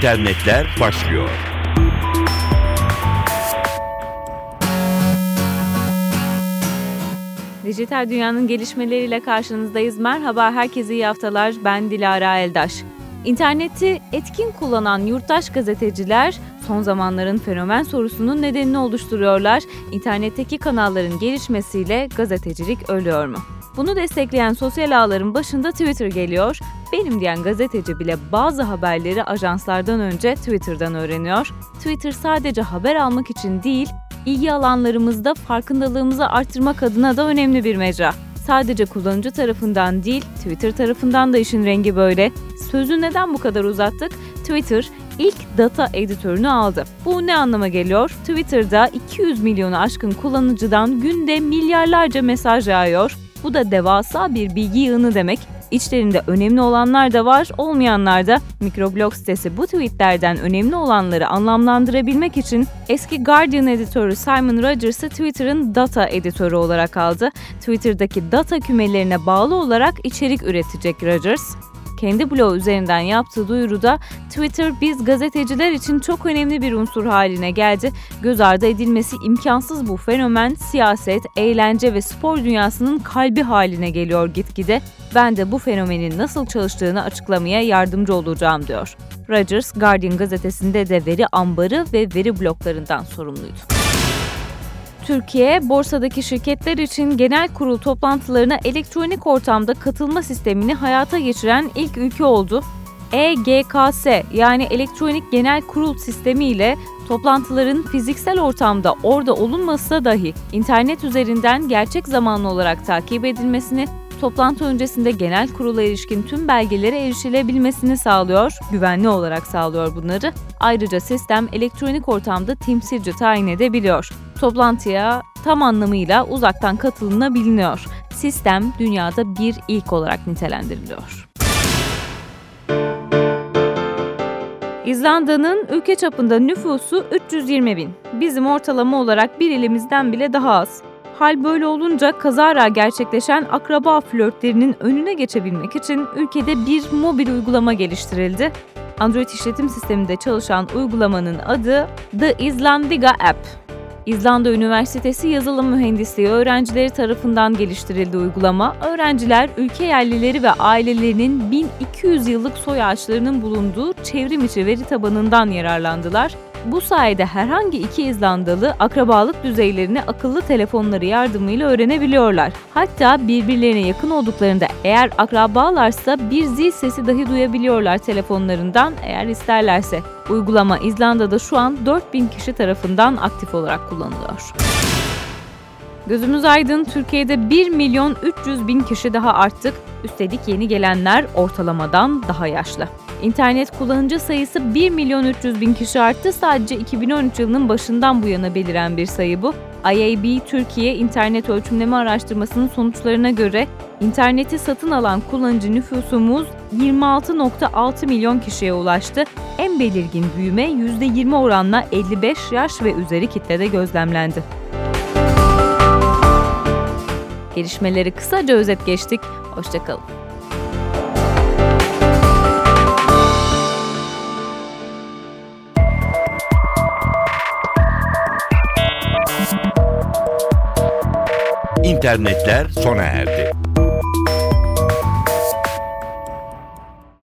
İnternetler başlıyor. Dijital dünyanın gelişmeleriyle karşınızdayız. Merhaba, herkese iyi haftalar. Ben Dilara Eldaş. İnterneti etkin kullanan yurttaş gazeteciler son zamanların fenomen sorusunun nedenini oluşturuyorlar. İnternetteki kanalların gelişmesiyle gazetecilik ölüyor mu? Bunu destekleyen sosyal ağların başında Twitter geliyor. Benim diyen gazeteci bile bazı haberleri ajanslardan önce Twitter'dan öğreniyor. Twitter sadece haber almak için değil, ilgi alanlarımızda farkındalığımızı arttırmak adına da önemli bir mecra. Sadece kullanıcı tarafından değil, Twitter tarafından da işin rengi böyle. Sözü neden bu kadar uzattık? Twitter ilk data editörünü aldı. Bu ne anlama geliyor? Twitter'da 200 milyonu aşkın kullanıcıdan günde milyarlarca mesaj yağıyor. Bu da devasa bir bilgi yığını demek. İçlerinde önemli olanlar da var, olmayanlar da. Microblog sitesi bu tweetlerden önemli olanları anlamlandırabilmek için eski Guardian editörü Simon Rogers'ı Twitter'ın data editörü olarak aldı. Twitter'daki data kümelerine bağlı olarak içerik üretecek Rogers. Kendi blogu üzerinden yaptığı duyuruda Twitter biz gazeteciler için çok önemli bir unsur haline geldi. Göz ardı edilmesi imkansız bu fenomen siyaset, eğlence ve spor dünyasının kalbi haline geliyor gitgide. Ben de bu fenomenin nasıl çalıştığını açıklamaya yardımcı olacağım diyor. Rogers, Guardian gazetesinde de veri ambarı ve veri bloklarından sorumluydu. Türkiye, borsadaki şirketler için genel kurul toplantılarına elektronik ortamda katılma sistemini hayata geçiren ilk ülke oldu. EGKS yani elektronik genel kurul sistemi ile toplantıların fiziksel ortamda orada olunması dahi internet üzerinden gerçek zamanlı olarak takip edilmesini, toplantı öncesinde genel kurula ilişkin tüm belgelere erişilebilmesini sağlıyor, güvenli olarak sağlıyor bunları. Ayrıca sistem elektronik ortamda temsilci tayin edebiliyor. Toplantıya tam anlamıyla uzaktan katılınabiliyor. Sistem dünyada bir ilk olarak nitelendiriliyor. İzlanda'nın ülke çapında nüfusu 320 bin. Bizim ortalama olarak bir ilimizden bile daha az. Hal böyle olunca kazara gerçekleşen akraba flörtlerinin önüne geçebilmek için ülkede bir mobil uygulama geliştirildi. Android işletim sisteminde çalışan uygulamanın adı The Islandiga App. İzlanda Üniversitesi Yazılım Mühendisliği öğrencileri tarafından geliştirildi uygulama. Öğrenciler ülke yerlileri ve ailelerinin 1200 yıllık soy ağaçlarının bulunduğu çevrim içi veri tabanından yararlandılar. Bu sayede herhangi iki İzlandalı akrabalık düzeylerini akıllı telefonları yardımıyla öğrenebiliyorlar. Hatta birbirlerine yakın olduklarında eğer akrabalarsa bir zil sesi dahi duyabiliyorlar telefonlarından eğer isterlerse. Uygulama İzlanda'da şu an 4000 kişi tarafından aktif olarak kullanılıyor. Gözümüz aydın, Türkiye'de 1.300.000 kişi daha arttık. Üstelik yeni gelenler ortalamadan daha yaşlı. İnternet kullanıcı sayısı 1.300.000 kişi arttı. Sadece 2013 yılının başından bu yana beliren bir sayı bu. IAB Türkiye İnternet Ölçümleme Araştırması'nın sonuçlarına göre interneti satın alan kullanıcı nüfusumuz 26.6 milyon kişiye ulaştı. En belirgin büyüme %20 oranla 55 yaş ve üzeri kitlede gözlemlendi. Gelişmeleri kısaca özet geçtik. Hoşça kalın. İnternetler sona erdi.